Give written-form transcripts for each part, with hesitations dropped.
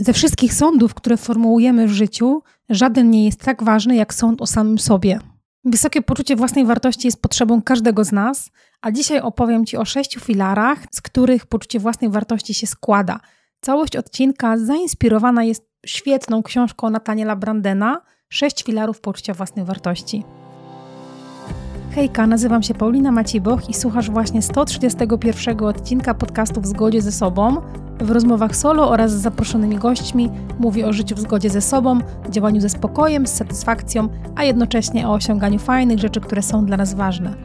Ze wszystkich sądów, które formułujemy w życiu, żaden nie jest tak ważny jak sąd o samym sobie. Wysokie poczucie własnej wartości jest potrzebą każdego z nas, a dzisiaj opowiem Ci o 6 filarach, z których poczucie własnej wartości się składa. Całość odcinka zainspirowana jest świetną książką Nathaniela Brandena 6 filarów poczucia własnej wartości. Hejka, nazywam się Paulina Maciej-Boch i słuchasz właśnie 131 odcinka podcastu W zgodzie ze sobą. W rozmowach solo oraz z zaproszonymi gośćmi mówię o życiu w zgodzie ze sobą, działaniu ze spokojem, z satysfakcją, a jednocześnie o osiąganiu fajnych rzeczy, które są dla nas ważne.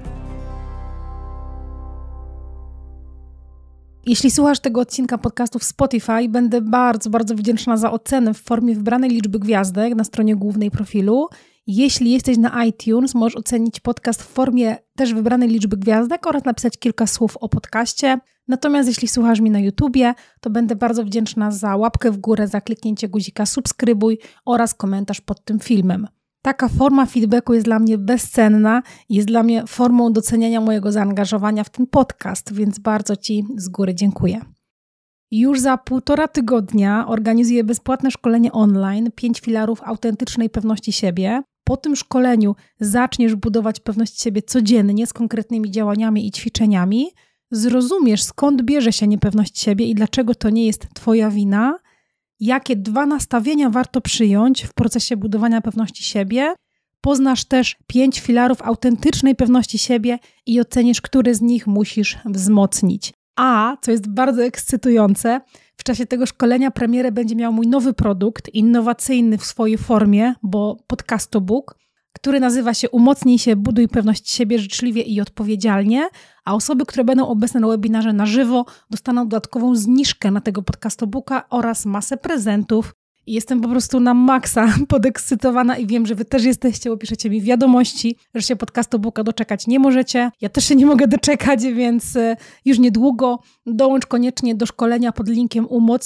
Jeśli słuchasz tego odcinka podcastu w Spotify, będę bardzo wdzięczna za ocenę w formie wybranej liczby gwiazdek na stronie głównej profilu. Jeśli jesteś na iTunes, możesz ocenić podcast w formie też wybranej liczby gwiazdek oraz napisać kilka słów o podcaście. Natomiast jeśli słuchasz mnie na YouTubie, to będę bardzo wdzięczna za łapkę w górę, za kliknięcie guzika subskrybuj oraz komentarz pod tym filmem. Taka forma feedbacku jest dla mnie bezcenna i jest dla mnie formą doceniania mojego zaangażowania w ten podcast, więc bardzo Ci z góry dziękuję. Już za 1,5 tygodnia organizuję bezpłatne szkolenie online 5 filarów autentycznej pewności siebie. Po tym szkoleniu zaczniesz budować pewność siebie codziennie z konkretnymi działaniami i ćwiczeniami. Zrozumiesz, skąd bierze się niepewność siebie i dlaczego to nie jest Twoja wina. Jakie 2 nastawienia warto przyjąć w procesie budowania pewności siebie. Poznasz też 5 filarów autentycznej pewności siebie i ocenisz, który z nich musisz wzmocnić. A, co jest bardzo ekscytujące, w czasie tego szkolenia premierę będzie miał mój nowy produkt, innowacyjny w swojej formie, bo Podcastobook, który nazywa się Umocnij się, buduj pewność siebie życzliwie i odpowiedzialnie, a osoby, które będą obecne na webinarze na żywo, dostaną dodatkową zniżkę na tego Podcastobooka oraz masę prezentów. I jestem po prostu na maksa podekscytowana i wiem, że Wy też jesteście, bo piszecie mi wiadomości, że się Podcastobooka doczekać nie możecie. Ja też się nie mogę doczekać, więc już niedługo dołącz koniecznie do szkolenia pod linkiem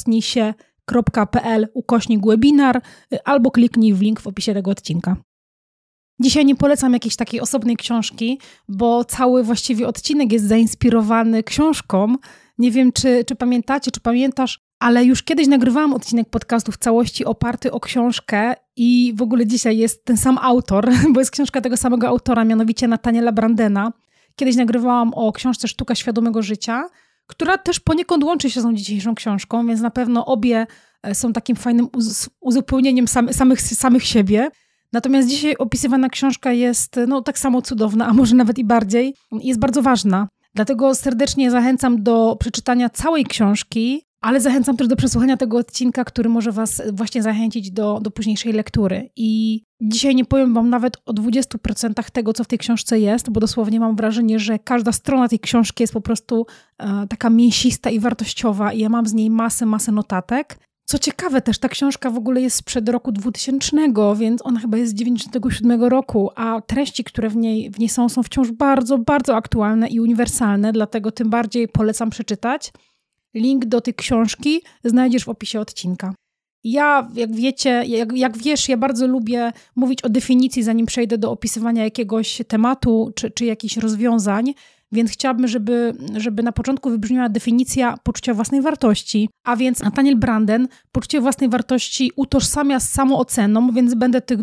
umocnijsie.pl/webinar albo kliknij w link w opisie tego odcinka. Dzisiaj nie polecam jakiejś takiej osobnej książki, bo cały właściwie odcinek jest zainspirowany książką. Nie wiem, czy pamiętacie, czy pamiętasz, ale już kiedyś nagrywałam odcinek podcastu w całości oparty o książkę i w ogóle dzisiaj jest ten sam autor, bo jest książka tego samego autora, mianowicie Nathaniela Brandena. Kiedyś nagrywałam o książce Sztuka Świadomego Życia, która też poniekąd łączy się z tą dzisiejszą książką, więc na pewno obie są takim fajnym uzupełnieniem samych siebie. Natomiast dzisiaj opisywana książka jest tak samo cudowna, a może nawet i bardziej, i jest bardzo ważna. Dlatego serdecznie zachęcam do przeczytania całej książki, ale zachęcam też do przesłuchania tego odcinka, który może Was właśnie zachęcić do późniejszej lektury. I dzisiaj nie powiem Wam nawet o 20% tego, co w tej książce jest, bo dosłownie mam wrażenie, że każda strona tej książki jest po prostu taka mięsista i wartościowa i ja mam z niej masę notatek. Co ciekawe też, ta książka w ogóle jest sprzed roku 2000, więc ona chyba jest z 97 roku, a treści, które w niej są wciąż bardzo aktualne i uniwersalne, dlatego tym bardziej polecam przeczytać. Link do tej książki znajdziesz w opisie odcinka. Ja, jak wiesz, ja bardzo lubię mówić o definicji, zanim przejdę do opisywania jakiegoś tematu czy jakichś rozwiązań, więc chciałabym, żeby na początku wybrzmiała definicja poczucia własnej wartości. A więc Nathaniel Branden poczucie własnej wartości utożsamia z samooceną, więc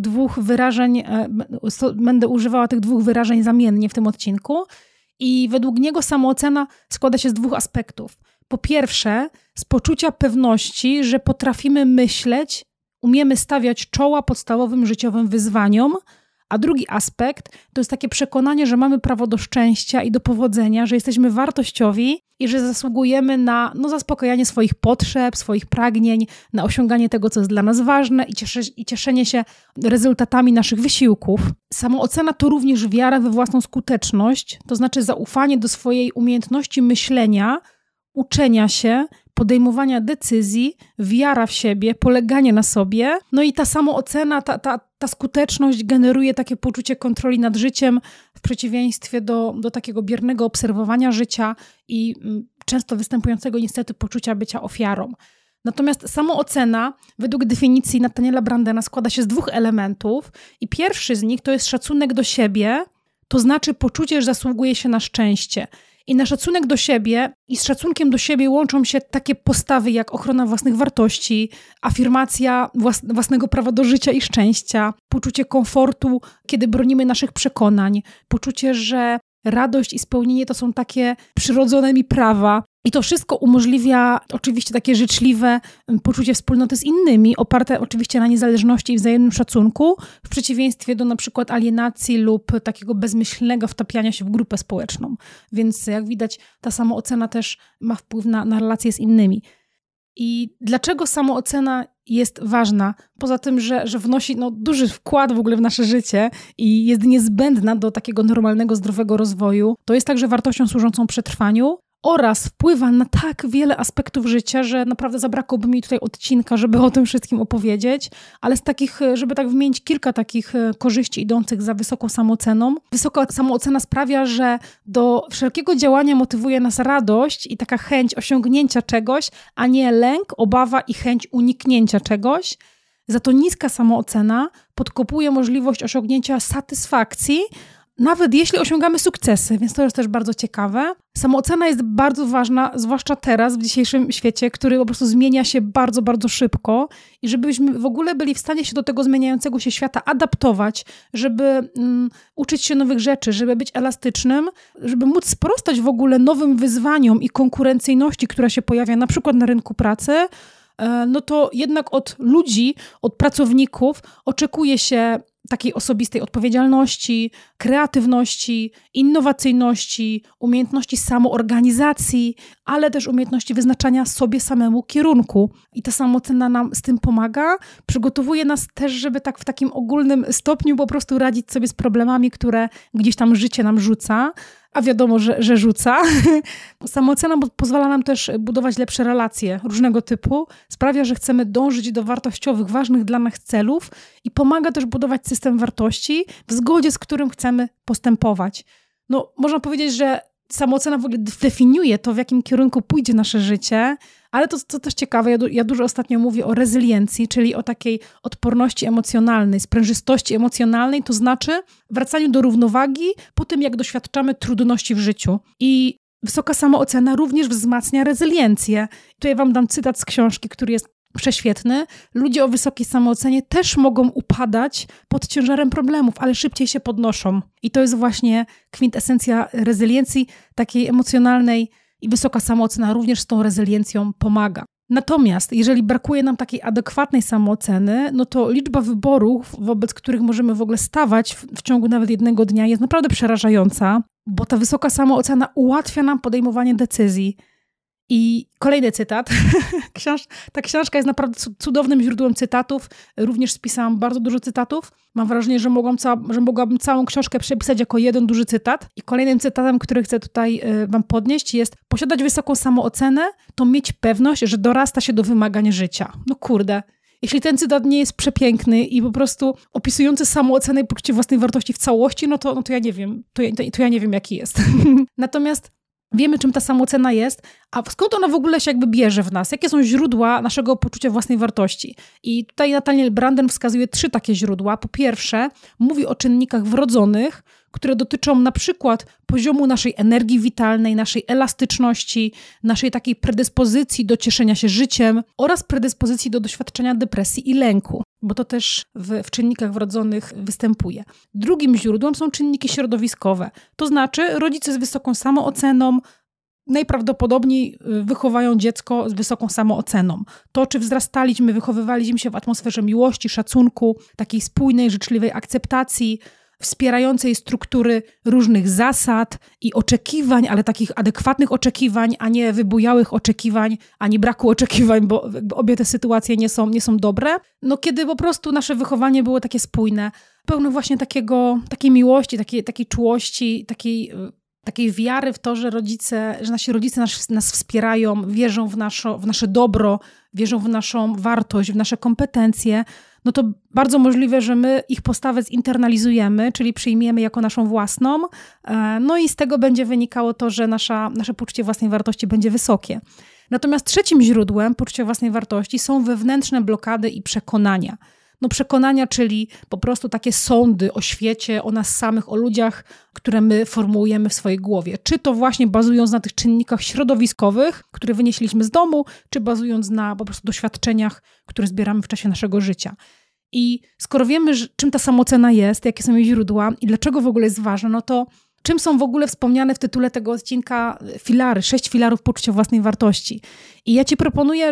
będę używała tych 2 wyrażeń zamiennie w tym odcinku. I według niego samoocena składa się z 2 aspektów. Po pierwsze, z poczucia pewności, że potrafimy myśleć, umiemy stawiać czoła podstawowym życiowym wyzwaniom, a drugi aspekt to jest takie przekonanie, że mamy prawo do szczęścia i do powodzenia, że jesteśmy wartościowi i że zasługujemy na zaspokajanie swoich potrzeb, swoich pragnień, na osiąganie tego, co jest dla nas ważne i cieszenie się rezultatami naszych wysiłków. Samoocena to również wiara we własną skuteczność, to znaczy zaufanie do swojej umiejętności myślenia, uczenia się, podejmowania decyzji, wiara w siebie, poleganie na sobie. No i ta samoocena, ta skuteczność generuje takie poczucie kontroli nad życiem w przeciwieństwie do takiego biernego obserwowania życia i często występującego niestety poczucia bycia ofiarą. Natomiast samoocena, według definicji Nathaniela Brandena, składa się z 2 elementów i pierwszy z nich to jest szacunek do siebie, to znaczy poczucie, że zasługuje się na szczęście. I na szacunek do siebie i z szacunkiem do siebie łączą się takie postawy jak ochrona własnych wartości, afirmacja własnego prawa do życia i szczęścia, poczucie komfortu, kiedy bronimy naszych przekonań, poczucie, że radość i spełnienie to są takie przyrodzone mi prawa. I to wszystko umożliwia oczywiście takie życzliwe poczucie wspólnoty z innymi, oparte oczywiście na niezależności i wzajemnym szacunku, w przeciwieństwie do na przykład alienacji lub takiego bezmyślnego wtapiania się w grupę społeczną. Więc jak widać, ta samoocena też ma wpływ na relacje z innymi. I dlaczego samoocena jest ważna? Poza tym, że wnosi duży wkład w ogóle w nasze życie i jest niezbędna do takiego normalnego, zdrowego rozwoju, to jest także wartością służącą przetrwaniu oraz wpływa na tak wiele aspektów życia, że naprawdę zabrakłoby mi tutaj odcinka, żeby o tym wszystkim opowiedzieć, ale z takich, żeby tak wymienić kilka takich korzyści idących za wysoką samooceną. Wysoka samoocena sprawia, że do wszelkiego działania motywuje nas radość i taka chęć osiągnięcia czegoś, a nie lęk, obawa i chęć uniknięcia czegoś. Za to niska samoocena podkopuje możliwość osiągnięcia satysfakcji, nawet jeśli osiągamy sukcesy, więc to jest też bardzo ciekawe. Samoocena jest bardzo ważna, zwłaszcza teraz, w dzisiejszym świecie, który po prostu zmienia się bardzo, bardzo szybko i żebyśmy w ogóle byli w stanie się do tego zmieniającego się świata adaptować, żeby uczyć się nowych rzeczy, żeby być elastycznym, żeby móc sprostać w ogóle nowym wyzwaniom i konkurencyjności, która się pojawia na przykład na rynku pracy, no to jednak od ludzi, od pracowników oczekuje się takiej osobistej odpowiedzialności, kreatywności, innowacyjności, umiejętności samoorganizacji, ale też umiejętności wyznaczania sobie samemu kierunku. I ta samoocena nam z tym pomaga, przygotowuje nas też, żeby tak w takim ogólnym stopniu po prostu radzić sobie z problemami, które gdzieś tam życie nam rzuca. A wiadomo, że rzuca. Samoocena pozwala nam też budować lepsze relacje różnego typu. Sprawia, że chcemy dążyć do wartościowych, ważnych dla nas celów i pomaga też budować system wartości, w zgodzie z którym chcemy postępować. No, można powiedzieć, że samoocena w ogóle definiuje to, w jakim kierunku pójdzie nasze życie, ale to, co też ciekawe, ja dużo ostatnio mówię o rezyliencji, czyli o takiej odporności emocjonalnej, sprężystości emocjonalnej, to znaczy wracaniu do równowagi po tym, jak doświadczamy trudności w życiu. I wysoka samoocena również wzmacnia rezyliencję. Tutaj wam dam cytat z książki, który jest prześwietny. Ludzie o wysokiej samoocenie też mogą upadać pod ciężarem problemów, ale szybciej się podnoszą. I to jest właśnie kwintesencja rezyliencji takiej emocjonalnej i wysoka samoocena również z tą rezyliencją pomaga. Natomiast jeżeli brakuje nam takiej adekwatnej samooceny, no to liczba wyborów, wobec których możemy w ogóle stawać w ciągu nawet jednego dnia jest naprawdę przerażająca, bo ta wysoka samoocena ułatwia nam podejmowanie decyzji. I kolejny cytat. Ta książka jest naprawdę cudownym źródłem cytatów. Również spisałam bardzo dużo cytatów. Mam wrażenie, że mogłabym całą książkę przepisać jako jeden duży cytat. I kolejnym cytatem, który chcę tutaj wam podnieść, jest: posiadać wysoką samoocenę to mieć pewność, że dorasta się do wymagań życia. No kurde. Jeśli ten cytat nie jest przepiękny i po prostu opisujący samoocenę i poczucie własnej wartości w całości, no to ja nie wiem. To ja nie wiem, jaki jest. Natomiast wiemy, czym ta samoocena jest, a skąd ona w ogóle się jakby bierze w nas? Jakie są źródła naszego poczucia własnej wartości? I tutaj Nathaniel Branden wskazuje 3 takie źródła. Po pierwsze, mówi o czynnikach wrodzonych, które dotyczą na przykład poziomu naszej energii witalnej, naszej elastyczności, naszej takiej predyspozycji do cieszenia się życiem oraz predyspozycji do doświadczenia depresji i lęku, bo to też w czynnikach wrodzonych występuje. Drugim źródłem są czynniki środowiskowe, to znaczy rodzice z wysoką samooceną najprawdopodobniej wychowają dziecko z wysoką samooceną. To, czy wzrastaliśmy, wychowywaliśmy się w atmosferze miłości, szacunku, takiej spójnej, życzliwej akceptacji, wspierającej struktury różnych zasad i oczekiwań, ale takich adekwatnych oczekiwań, a nie wybujałych oczekiwań, ani braku oczekiwań, bo obie te sytuacje nie są dobre. No kiedy po prostu nasze wychowanie było takie spójne, pełne właśnie takiej miłości, takiej czułości, takiej wiary w to, że nasi rodzice nas wspierają, wierzą w nasze dobro, wierzą w naszą wartość, w nasze kompetencje, no to bardzo możliwe, że my ich postawę zinternalizujemy, czyli przyjmiemy jako naszą własną, no i z tego będzie wynikało to, że nasze poczucie własnej wartości będzie wysokie. Natomiast trzecim źródłem poczucia własnej wartości są wewnętrzne blokady i przekonania. Przekonania, czyli po prostu takie sądy o świecie, o nas samych, o ludziach, które my formułujemy w swojej głowie. Czy to właśnie bazując na tych czynnikach środowiskowych, które wynieśliśmy z domu, czy bazując na po prostu doświadczeniach, które zbieramy w czasie naszego życia. I skoro wiemy, czym ta samoocena jest, jakie są jej źródła i dlaczego w ogóle jest ważna, to czym są w ogóle wspomniane w tytule tego odcinka filary, 6 filarów poczucia własnej wartości. I ja ci proponuję,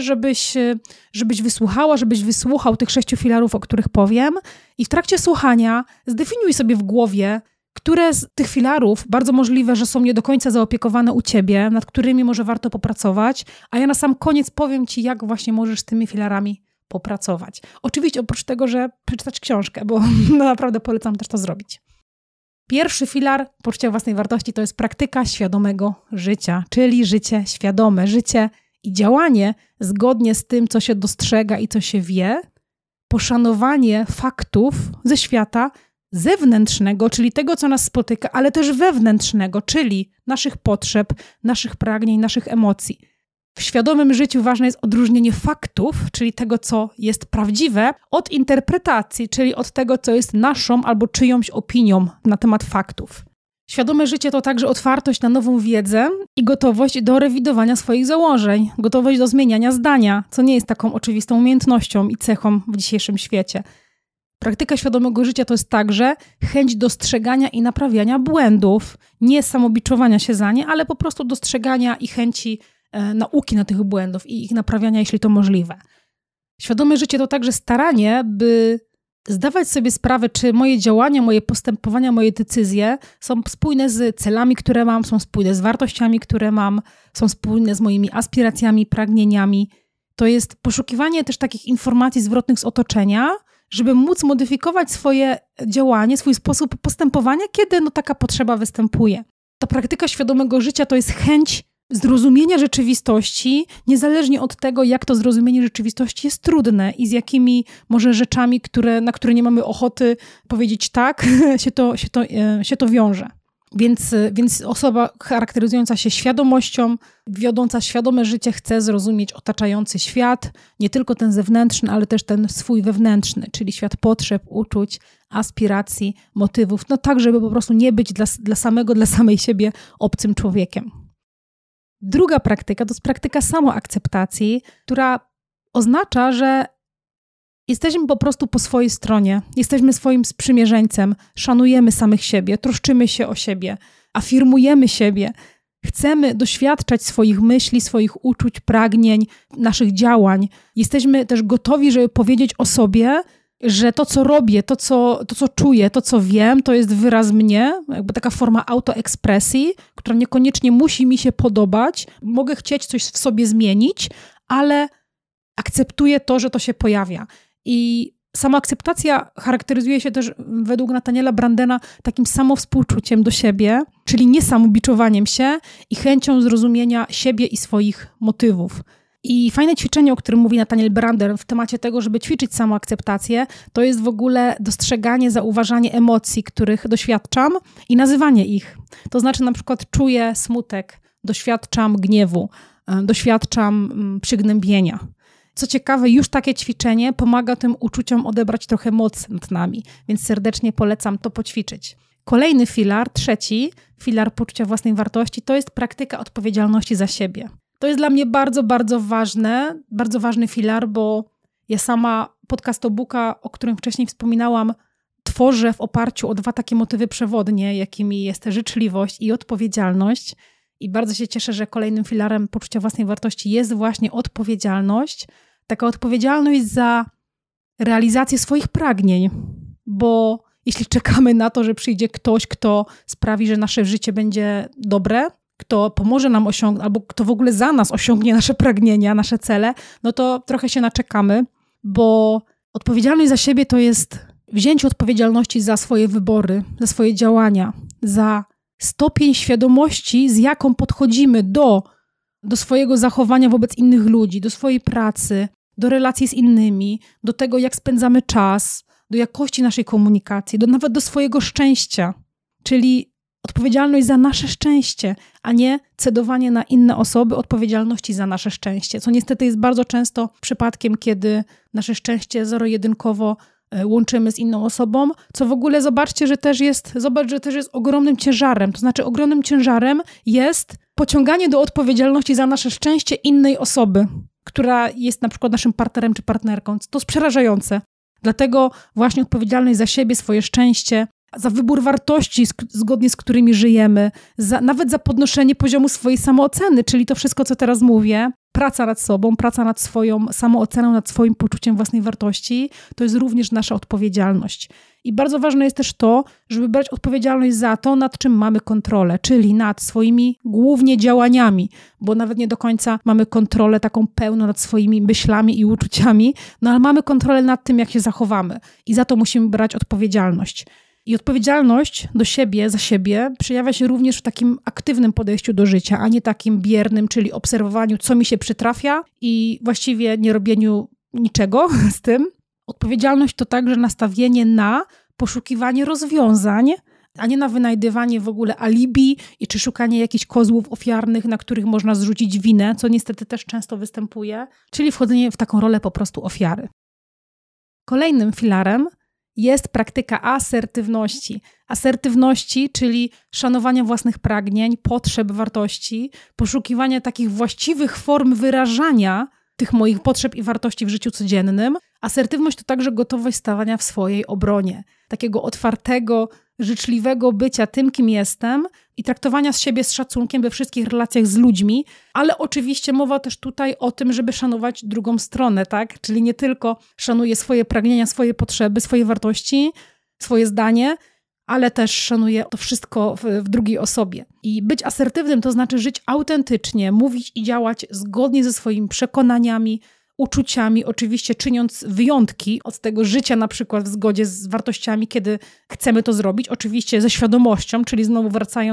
żebyś wysłuchała, żebyś wysłuchał tych 6 filarów, o których powiem i w trakcie słuchania zdefiniuj sobie w głowie, które z tych filarów bardzo możliwe, że są nie do końca zaopiekowane u ciebie, nad którymi może warto popracować, a ja na sam koniec powiem ci, jak właśnie możesz z tymi filarami popracować. Oczywiście oprócz tego, że przeczytać książkę, bo naprawdę polecam też to zrobić. Pierwszy filar poczucia własnej wartości to jest praktyka świadomego życia, czyli życie świadome, życie i działanie zgodnie z tym, co się dostrzega i co się wie, poszanowanie faktów ze świata zewnętrznego, czyli tego, co nas spotyka, ale też wewnętrznego, czyli naszych potrzeb, naszych pragnień, naszych emocji. W świadomym życiu ważne jest odróżnienie faktów, czyli tego, co jest prawdziwe, od interpretacji, czyli od tego, co jest naszą albo czyjąś opinią na temat faktów. Świadome życie to także otwartość na nową wiedzę i gotowość do rewidowania swoich założeń, gotowość do zmieniania zdania, co nie jest taką oczywistą umiejętnością i cechą w dzisiejszym świecie. Praktyka świadomego życia to jest także chęć dostrzegania i naprawiania błędów, nie samobiczowania się za nie, ale po prostu dostrzegania i chęci nauki na tych błędów i ich naprawiania, jeśli to możliwe. Świadome życie to także staranie, by zdawać sobie sprawę, czy moje działania, moje postępowania, moje decyzje są spójne z celami, które mam, są spójne z wartościami, które mam, są spójne z moimi aspiracjami, pragnieniami. To jest poszukiwanie też takich informacji zwrotnych z otoczenia, żeby móc modyfikować swoje działanie, swój sposób postępowania, kiedy taka potrzeba występuje. Ta praktyka świadomego życia to jest chęć zrozumienia rzeczywistości, niezależnie od tego, jak to zrozumienie rzeczywistości jest trudne i z jakimi może rzeczami, na które nie mamy ochoty powiedzieć tak, się to wiąże. Więc osoba charakteryzująca się świadomością, wiodąca świadome życie chce zrozumieć otaczający świat, nie tylko ten zewnętrzny, ale też ten swój wewnętrzny, czyli świat potrzeb, uczuć, aspiracji, motywów, tak, żeby po prostu nie być dla samej siebie obcym człowiekiem. Druga praktyka to jest praktyka samoakceptacji, która oznacza, że jesteśmy po prostu po swojej stronie, jesteśmy swoim sprzymierzeńcem, szanujemy samych siebie, troszczymy się o siebie, afirmujemy siebie, chcemy doświadczać swoich myśli, swoich uczuć, pragnień, naszych działań. Jesteśmy też gotowi, żeby powiedzieć o sobie, że to, co robię, to, co czuję, to, co wiem, to jest wyraz mnie, jakby taka forma autoekspresji, która niekoniecznie musi mi się podobać. Mogę chcieć coś w sobie zmienić, ale akceptuję to, że to się pojawia. I samoakceptacja charakteryzuje się też według Nathaniela Brandena takim samowspółczuciem do siebie, czyli nie samobiczowaniem się i chęcią zrozumienia siebie i swoich motywów. I fajne ćwiczenie, o którym mówi Nathaniel Brander w temacie tego, żeby ćwiczyć samoakceptację, to jest w ogóle dostrzeganie, zauważanie emocji, których doświadczam i nazywanie ich. To znaczy na przykład czuję smutek, doświadczam gniewu, doświadczam przygnębienia. Co ciekawe, już takie ćwiczenie pomaga tym uczuciom odebrać trochę moc nad nami, więc serdecznie polecam to poćwiczyć. Kolejny filar, trzeci, filar poczucia własnej wartości, to jest praktyka odpowiedzialności za siebie. To jest dla mnie bardzo, bardzo ważny filar, bo ja sama podcastobooka, o którym wcześniej wspominałam, tworzę w oparciu o 2 takie motywy przewodnie, jakimi jest życzliwość i odpowiedzialność. I bardzo się cieszę, że kolejnym filarem poczucia własnej wartości jest właśnie odpowiedzialność. Taka odpowiedzialność za realizację swoich pragnień, bo jeśli czekamy na to, że przyjdzie ktoś, kto sprawi, że nasze życie będzie dobre, kto pomoże nam osiągnąć, albo kto w ogóle za nas osiągnie nasze pragnienia, nasze cele, to trochę się naczekamy, bo odpowiedzialność za siebie to jest wzięcie odpowiedzialności za swoje wybory, za swoje działania, za stopień świadomości, z jaką podchodzimy do swojego zachowania wobec innych ludzi, do swojej pracy, do relacji z innymi, do tego, jak spędzamy czas, do jakości naszej komunikacji, nawet do swojego szczęścia, czyli odpowiedzialność za nasze szczęście, a nie cedowanie na inne osoby odpowiedzialności za nasze szczęście, co niestety jest bardzo często przypadkiem, kiedy nasze szczęście zero-jedynkowo łączymy z inną osobą, co w ogóle zobacz, że też jest ogromnym ciężarem. To znaczy ogromnym ciężarem jest pociąganie do odpowiedzialności za nasze szczęście innej osoby, która jest na przykład naszym partnerem czy partnerką. To jest przerażające. Dlatego właśnie odpowiedzialność za siebie, swoje szczęście, za wybór wartości, zgodnie z którymi żyjemy, nawet za podnoszenie poziomu swojej samooceny, czyli to wszystko, co teraz mówię, praca nad sobą, praca nad swoją samooceną, nad swoim poczuciem własnej wartości, to jest również nasza odpowiedzialność. I bardzo ważne jest też to, żeby brać odpowiedzialność za to, nad czym mamy kontrolę, czyli nad swoimi głównie działaniami, bo nawet nie do końca mamy kontrolę taką pełną nad swoimi myślami i uczuciami, no ale mamy kontrolę nad tym, jak się zachowamy i za to musimy brać odpowiedzialność. I odpowiedzialność do siebie, za siebie przejawia się również w takim aktywnym podejściu do życia, a nie takim biernym, czyli obserwowaniu, co mi się przytrafia i właściwie nie robieniu niczego z tym. Odpowiedzialność to także nastawienie na poszukiwanie rozwiązań, a nie na wynajdywanie w ogóle alibi czy szukanie jakichś kozłów ofiarnych, na których można zrzucić winę, co niestety też często występuje, czyli wchodzenie w taką rolę po prostu ofiary. Kolejnym filarem jest praktyka asertywności. Asertywności, czyli szanowania własnych pragnień, potrzeb, wartości, poszukiwania takich właściwych form wyrażania tych moich potrzeb i wartości w życiu codziennym. Asertywność to także gotowość stawania w swojej obronie. Takiego otwartego, życzliwego bycia tym, kim jestem i traktowania z siebie z szacunkiem we wszystkich relacjach z ludźmi, ale oczywiście mowa też tutaj o tym, żeby szanować drugą stronę, tak? Czyli nie tylko szanuję swoje pragnienia, swoje potrzeby, swoje wartości, swoje zdanie, ale też szanuję to wszystko w drugiej osobie. I być asertywnym to znaczy żyć autentycznie, mówić i działać zgodnie ze swoimi przekonaniami, uczuciami, oczywiście czyniąc wyjątki od tego życia na przykład w zgodzie z wartościami, kiedy chcemy to zrobić, oczywiście ze świadomością, czyli znowu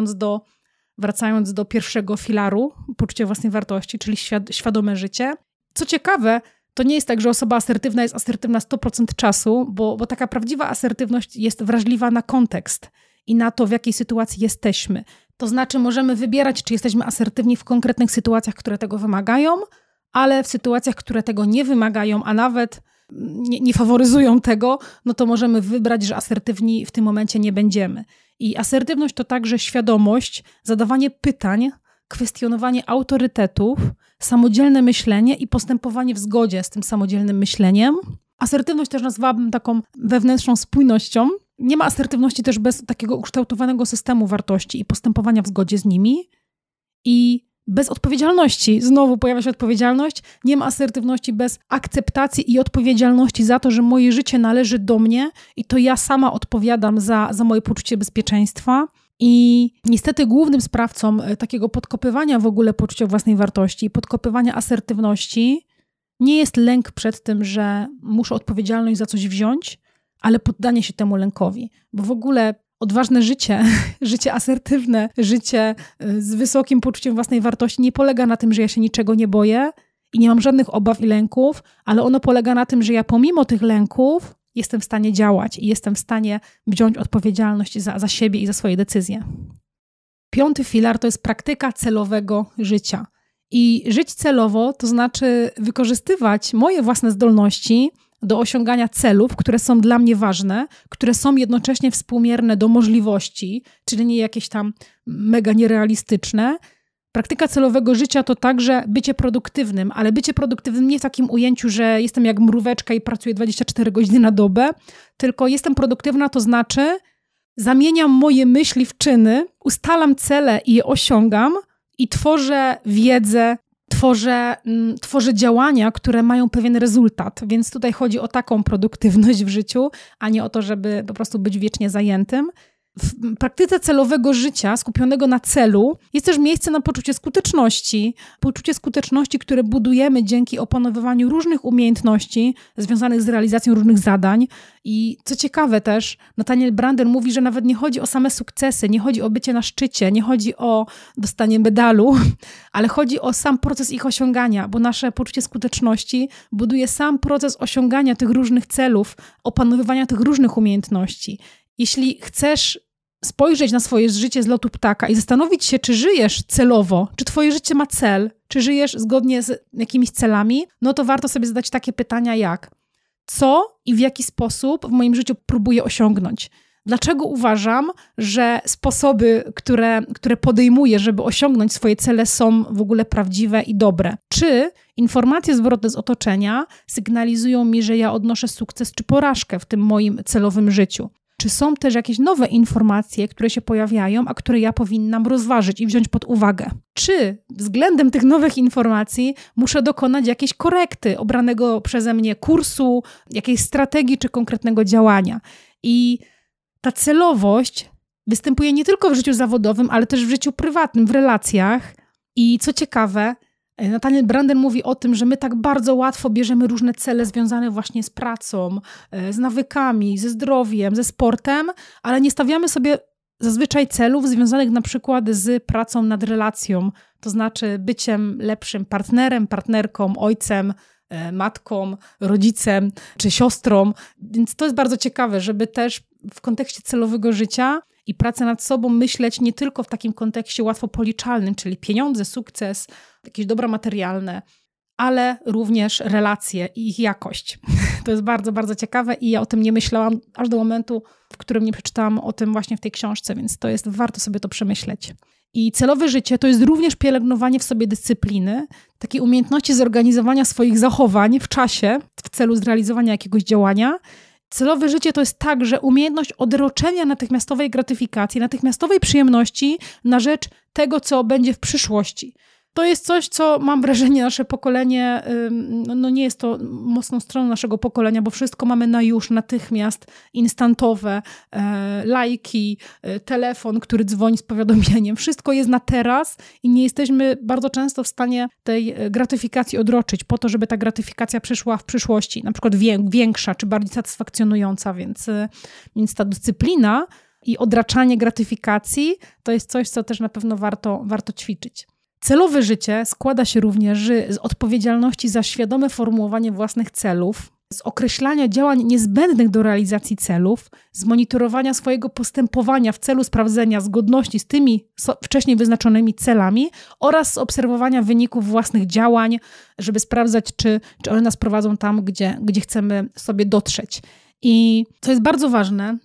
wracając do pierwszego filaru, poczucie własnej wartości, czyli świadome życie. Co ciekawe, to nie jest tak, że osoba asertywna jest asertywna 100% czasu, bo taka prawdziwa asertywność jest wrażliwa na kontekst i na to, w jakiej sytuacji jesteśmy. To znaczy możemy wybierać, czy jesteśmy asertywni w konkretnych sytuacjach, które tego wymagają, ale w sytuacjach, które tego nie wymagają, a nawet nie faworyzują tego, no to możemy wybrać, że asertywni w tym momencie nie będziemy. I asertywność to także świadomość, zadawanie pytań, kwestionowanie autorytetów, samodzielne myślenie i postępowanie w zgodzie z tym samodzielnym myśleniem. Asertywność też nazwałabym taką wewnętrzną spójnością. Nie ma asertywności też bez takiego ukształtowanego systemu wartości i postępowania w zgodzie z nimi. I bez odpowiedzialności, znowu pojawia się odpowiedzialność, nie ma asertywności bez akceptacji i odpowiedzialności za to, że moje życie należy do mnie i to ja sama odpowiadam za moje poczucie bezpieczeństwa. I niestety głównym sprawcą takiego podkopywania w ogóle poczucia własnej wartości, podkopywania asertywności nie jest lęk przed tym, że muszę odpowiedzialność za coś wziąć, ale poddanie się temu lękowi. Bo w ogóle odważne życie, życie asertywne, życie z wysokim poczuciem własnej wartości nie polega na tym, że ja się niczego nie boję i nie mam żadnych obaw i lęków, ale ono polega na tym, że ja pomimo tych lęków jestem w stanie działać i jestem w stanie wziąć odpowiedzialność za siebie i za swoje decyzje. 5. filar to jest praktyka celowego życia. I żyć celowo to znaczy wykorzystywać moje własne zdolności do osiągania celów, które są dla mnie ważne, które są jednocześnie współmierne do możliwości, czyli nie jakieś tam mega nierealistyczne. Praktyka celowego życia to także bycie produktywnym, ale bycie produktywnym nie w takim ujęciu, że jestem jak mróweczka i pracuję 24 godziny na dobę, tylko jestem produktywna, to znaczy zamieniam moje myśli w czyny, ustalam cele i je osiągam i tworzę wiedzę, tworzę działania, które mają pewien rezultat. Więc tutaj chodzi o taką produktywność w życiu, a nie o to, żeby po prostu być wiecznie zajętym. W praktyce celowego życia, skupionego na celu, jest też miejsce na poczucie skuteczności, które budujemy dzięki opanowywaniu różnych umiejętności związanych z realizacją różnych zadań. I co ciekawe też, Nathaniel Branden mówi, że nawet nie chodzi o same sukcesy, nie chodzi o bycie na szczycie, nie chodzi o dostanie medalu, ale chodzi o sam proces ich osiągania, bo nasze poczucie skuteczności buduje sam proces osiągania tych różnych celów, opanowywania tych różnych umiejętności. Jeśli chcesz spojrzeć na swoje życie z lotu ptaka i zastanowić się, czy żyjesz celowo, czy twoje życie ma cel, czy żyjesz zgodnie z jakimiś celami, no to warto sobie zadać takie pytania jak: co i w jaki sposób w moim życiu próbuję osiągnąć. Dlaczego uważam, że sposoby, które podejmuję, żeby osiągnąć swoje cele, są w ogóle prawdziwe i dobre? Czy informacje zwrotne z otoczenia sygnalizują mi, że ja odnoszę sukces czy porażkę w tym moim celowym życiu? Czy są też jakieś nowe informacje, które się pojawiają, a które ja powinnam rozważyć i wziąć pod uwagę? Czy względem tych nowych informacji muszę dokonać jakiejś korekty obranego przeze mnie kursu, jakiejś strategii czy konkretnego działania? I ta celowość występuje nie tylko w życiu zawodowym, ale też w życiu prywatnym, w relacjach. I co ciekawe, Nathaniel Branden mówi o tym, że my tak bardzo łatwo bierzemy różne cele związane właśnie z pracą, z nawykami, ze zdrowiem, ze sportem, ale nie stawiamy sobie zazwyczaj celów związanych na przykład z pracą nad relacją, to znaczy byciem lepszym partnerem, partnerką, ojcem, matką, rodzicem czy siostrą. Więc to jest bardzo ciekawe, żeby też w kontekście celowego życia i pracy nad sobą myśleć nie tylko w takim kontekście łatwo policzalnym, czyli pieniądze, sukces, jakieś dobra materialne, ale również relacje i ich jakość. To jest bardzo, bardzo ciekawe i ja o tym nie myślałam aż do momentu, w którym nie przeczytałam o tym właśnie w tej książce, więc to jest warto sobie to przemyśleć. I celowe życie to jest również pielęgnowanie w sobie dyscypliny, takiej umiejętności zorganizowania swoich zachowań w czasie w celu zrealizowania jakiegoś działania. Celowe życie to jest także umiejętność odroczenia natychmiastowej gratyfikacji, natychmiastowej przyjemności na rzecz tego, co będzie w przyszłości. To jest coś, co mam wrażenie nasze pokolenie, nie jest to mocną stroną naszego pokolenia, bo wszystko mamy na już, natychmiast, instantowe, lajki, telefon, który dzwoni z powiadomieniem. Wszystko jest na teraz i nie jesteśmy bardzo często w stanie tej gratyfikacji odroczyć po to, żeby ta gratyfikacja przyszła w przyszłości, na przykład większa czy bardziej satysfakcjonująca, więc ta dyscyplina i odraczanie gratyfikacji to jest coś, co też na pewno warto ćwiczyć. Celowe życie składa się również z odpowiedzialności za świadome formułowanie własnych celów, z określania działań niezbędnych do realizacji celów, z monitorowania swojego postępowania w celu sprawdzenia zgodności z tymi wcześniej wyznaczonymi celami oraz z obserwowania wyników własnych działań, żeby sprawdzać, czy one nas prowadzą tam, gdzie chcemy sobie dotrzeć. I co jest bardzo ważne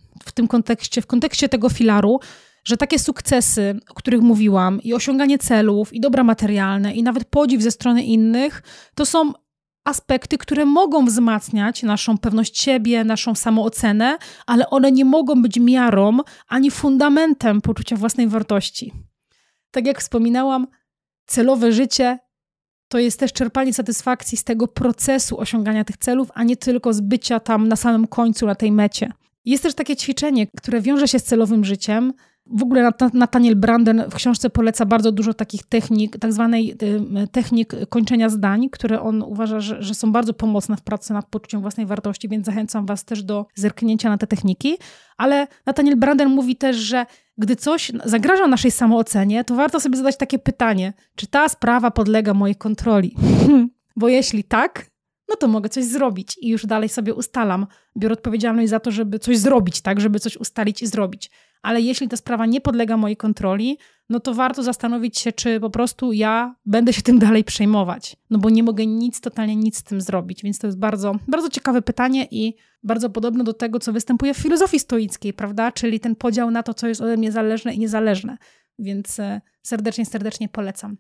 w kontekście tego filaru, że takie sukcesy, o których mówiłam, i osiąganie celów, i dobra materialne, i nawet podziw ze strony innych, to są aspekty, które mogą wzmacniać naszą pewność siebie, naszą samoocenę, ale one nie mogą być miarą ani fundamentem poczucia własnej wartości. Tak jak wspominałam, celowe życie to jest też czerpanie satysfakcji z tego procesu osiągania tych celów, a nie tylko z bycia tam na samym końcu, na tej mecie. Jest też takie ćwiczenie, które wiąże się z celowym życiem. W ogóle Nathaniel Branden w książce poleca bardzo dużo takich technik, tak zwanej technik kończenia zdań, które on uważa, że są bardzo pomocne w pracy nad poczuciem własnej wartości, więc zachęcam was też do zerknięcia na te techniki. Ale Nathaniel Branden mówi też, że gdy coś zagraża naszej samoocenie, to warto sobie zadać takie pytanie, czy ta sprawa podlega mojej kontroli? Bo jeśli tak, no to mogę coś zrobić i już dalej sobie ustalam. Biorę odpowiedzialność za to, żeby coś zrobić, tak, żeby coś ustalić i zrobić. Ale jeśli ta sprawa nie podlega mojej kontroli, no to warto zastanowić się, czy po prostu ja będę się tym dalej przejmować. No bo nie mogę totalnie nic z tym zrobić. Więc to jest bardzo, bardzo ciekawe pytanie i bardzo podobne do tego, co występuje w filozofii stoickiej, prawda? Czyli ten podział na to, co jest ode mnie zależne i niezależne. Więc serdecznie polecam.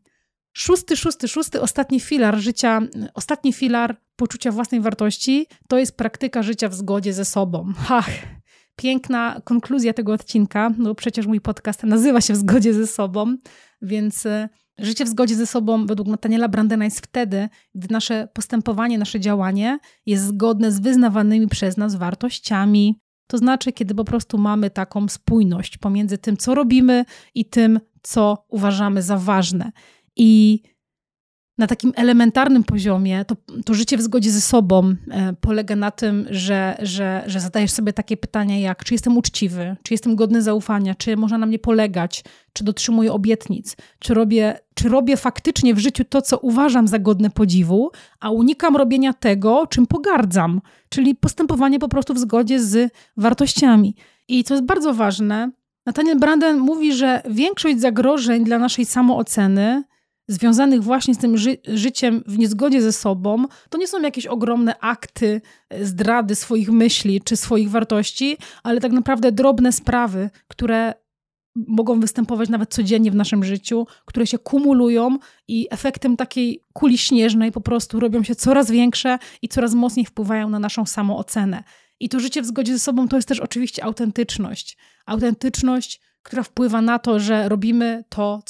Szósty, ostatni filar życia, ostatni filar poczucia własnej wartości to jest praktyka życia w zgodzie ze sobą. Piękna konkluzja tego odcinka, no przecież mój podcast nazywa się W zgodzie ze sobą, więc życie w zgodzie ze sobą według Nathaniela Brandena jest wtedy, gdy nasze postępowanie, nasze działanie jest zgodne z wyznawanymi przez nas wartościami. To znaczy, kiedy po prostu mamy taką spójność pomiędzy tym, co robimy i tym, co uważamy za ważne. I na takim elementarnym poziomie to życie w zgodzie ze sobą polega na tym, że zadajesz sobie takie pytania jak, czy jestem uczciwy, czy jestem godny zaufania, czy można na mnie polegać, czy dotrzymuję obietnic, czy robię faktycznie w życiu to, co uważam za godne podziwu, a unikam robienia tego, czym pogardzam, czyli postępowanie po prostu w zgodzie z wartościami. I co jest bardzo ważne, Nathaniel Branden mówi, że większość zagrożeń dla naszej samooceny związanych właśnie z tym życiem w niezgodzie ze sobą, to nie są jakieś ogromne akty zdrady swoich myśli czy swoich wartości, ale tak naprawdę drobne sprawy, które mogą występować nawet codziennie w naszym życiu, które się kumulują i efektem takiej kuli śnieżnej po prostu robią się coraz większe i coraz mocniej wpływają na naszą samoocenę. I to życie w zgodzie ze sobą to jest też oczywiście autentyczność. Autentyczność, która wpływa na to, że robimy to,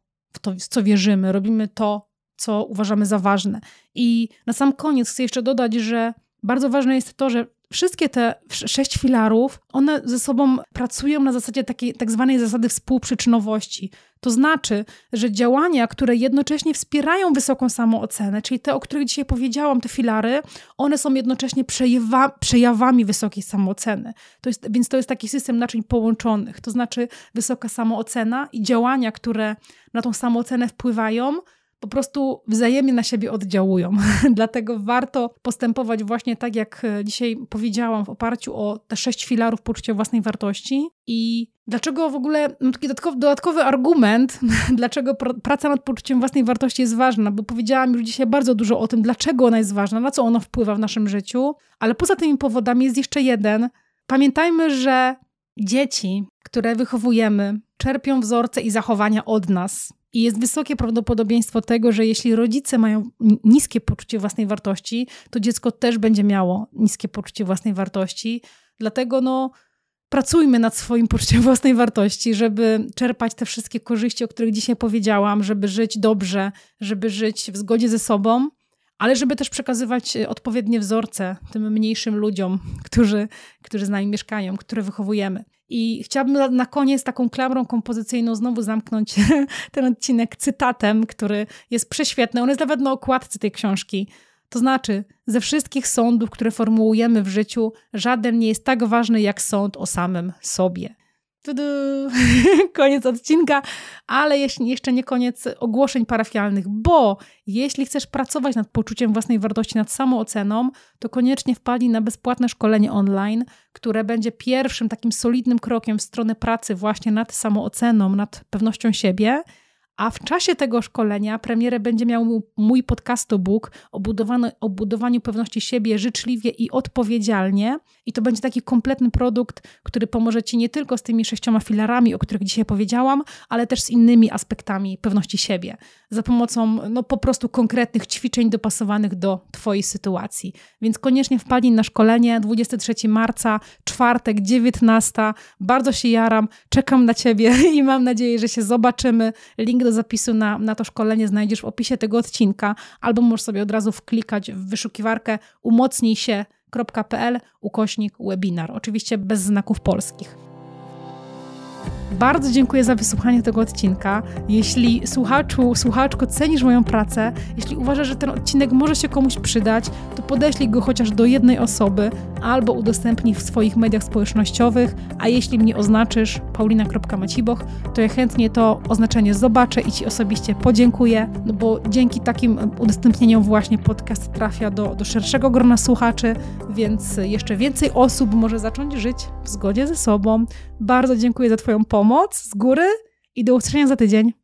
w co wierzymy, robimy to, co uważamy za ważne. I na sam koniec chcę jeszcze dodać, że bardzo ważne jest to, że wszystkie te 6 filarów, one ze sobą pracują na zasadzie takiej tak zwanej zasady współprzyczynowości. To znaczy, że działania, które jednocześnie wspierają wysoką samoocenę, czyli te, o których dzisiaj powiedziałam, te filary, one są jednocześnie przejawami wysokiej samooceny. Więc to jest taki system naczyń połączonych. To znaczy wysoka samoocena i działania, które na tą samoocenę wpływają, po prostu wzajemnie na siebie oddziałują. Dlatego warto postępować właśnie tak, jak dzisiaj powiedziałam, w oparciu o te 6 filarów poczucia własnej wartości. I dlaczego w ogóle, taki dodatkowy argument, dlaczego praca nad poczuciem własnej wartości jest ważna, bo powiedziałam już dzisiaj bardzo dużo o tym, dlaczego ona jest ważna, na co ona wpływa w naszym życiu, ale poza tymi powodami jest jeszcze jeden. Pamiętajmy, że dzieci, które wychowujemy, czerpią wzorce i zachowania od nas. I jest wysokie prawdopodobieństwo tego, że jeśli rodzice mają niskie poczucie własnej wartości, to dziecko też będzie miało niskie poczucie własnej wartości. Dlatego pracujmy nad swoim poczuciem własnej wartości, żeby czerpać te wszystkie korzyści, o których dzisiaj powiedziałam, żeby żyć dobrze, żeby żyć w zgodzie ze sobą, ale żeby też przekazywać odpowiednie wzorce tym mniejszym ludziom, którzy z nami mieszkają, które wychowujemy. I chciałabym na koniec taką klamrą kompozycyjną znowu zamknąć ten odcinek cytatem, który jest prześwietny. On jest nawet na okładce tej książki. To znaczy, ze wszystkich sądów, które formułujemy w życiu, żaden nie jest tak ważny jak sąd o samym sobie. Tudu. Koniec odcinka, ale jeszcze nie koniec ogłoszeń parafialnych, bo jeśli chcesz pracować nad poczuciem własnej wartości, nad samooceną, to koniecznie wpadnij na bezpłatne szkolenie online, które będzie pierwszym takim solidnym krokiem w stronę pracy właśnie nad samooceną, nad pewnością siebie. A w czasie tego szkolenia premierę będzie miał mój podcastobook o budowaniu pewności siebie życzliwie i odpowiedzialnie. I to będzie taki kompletny produkt, który pomoże Ci nie tylko z tymi 6 filarami, o których dzisiaj powiedziałam, ale też z innymi aspektami pewności siebie. Za pomocą po prostu konkretnych ćwiczeń dopasowanych do Twojej sytuacji. Więc koniecznie wpadnij na szkolenie 23 marca, czwartek, 19. Bardzo się jaram, czekam na Ciebie i mam nadzieję, że się zobaczymy. Link do zapisu na to szkolenie znajdziesz w opisie tego odcinka, albo możesz sobie od razu wklikać w wyszukiwarkę umocnijsie.pl/webinar. Oczywiście bez znaków polskich. Bardzo dziękuję za wysłuchanie tego odcinka. Jeśli słuchaczko cenisz moją pracę, jeśli uważasz, że ten odcinek może się komuś przydać, to podeślij go chociaż do jednej osoby albo udostępnij w swoich mediach społecznościowych, a jeśli mnie oznaczysz paulina.maciboch, to ja chętnie to oznaczenie zobaczę i Ci osobiście podziękuję, bo dzięki takim udostępnieniom właśnie podcast trafia do szerszego grona słuchaczy, więc jeszcze więcej osób może zacząć żyć w zgodzie ze sobą. Bardzo dziękuję za Twoją pomoc z góry i do usłyszenia za tydzień.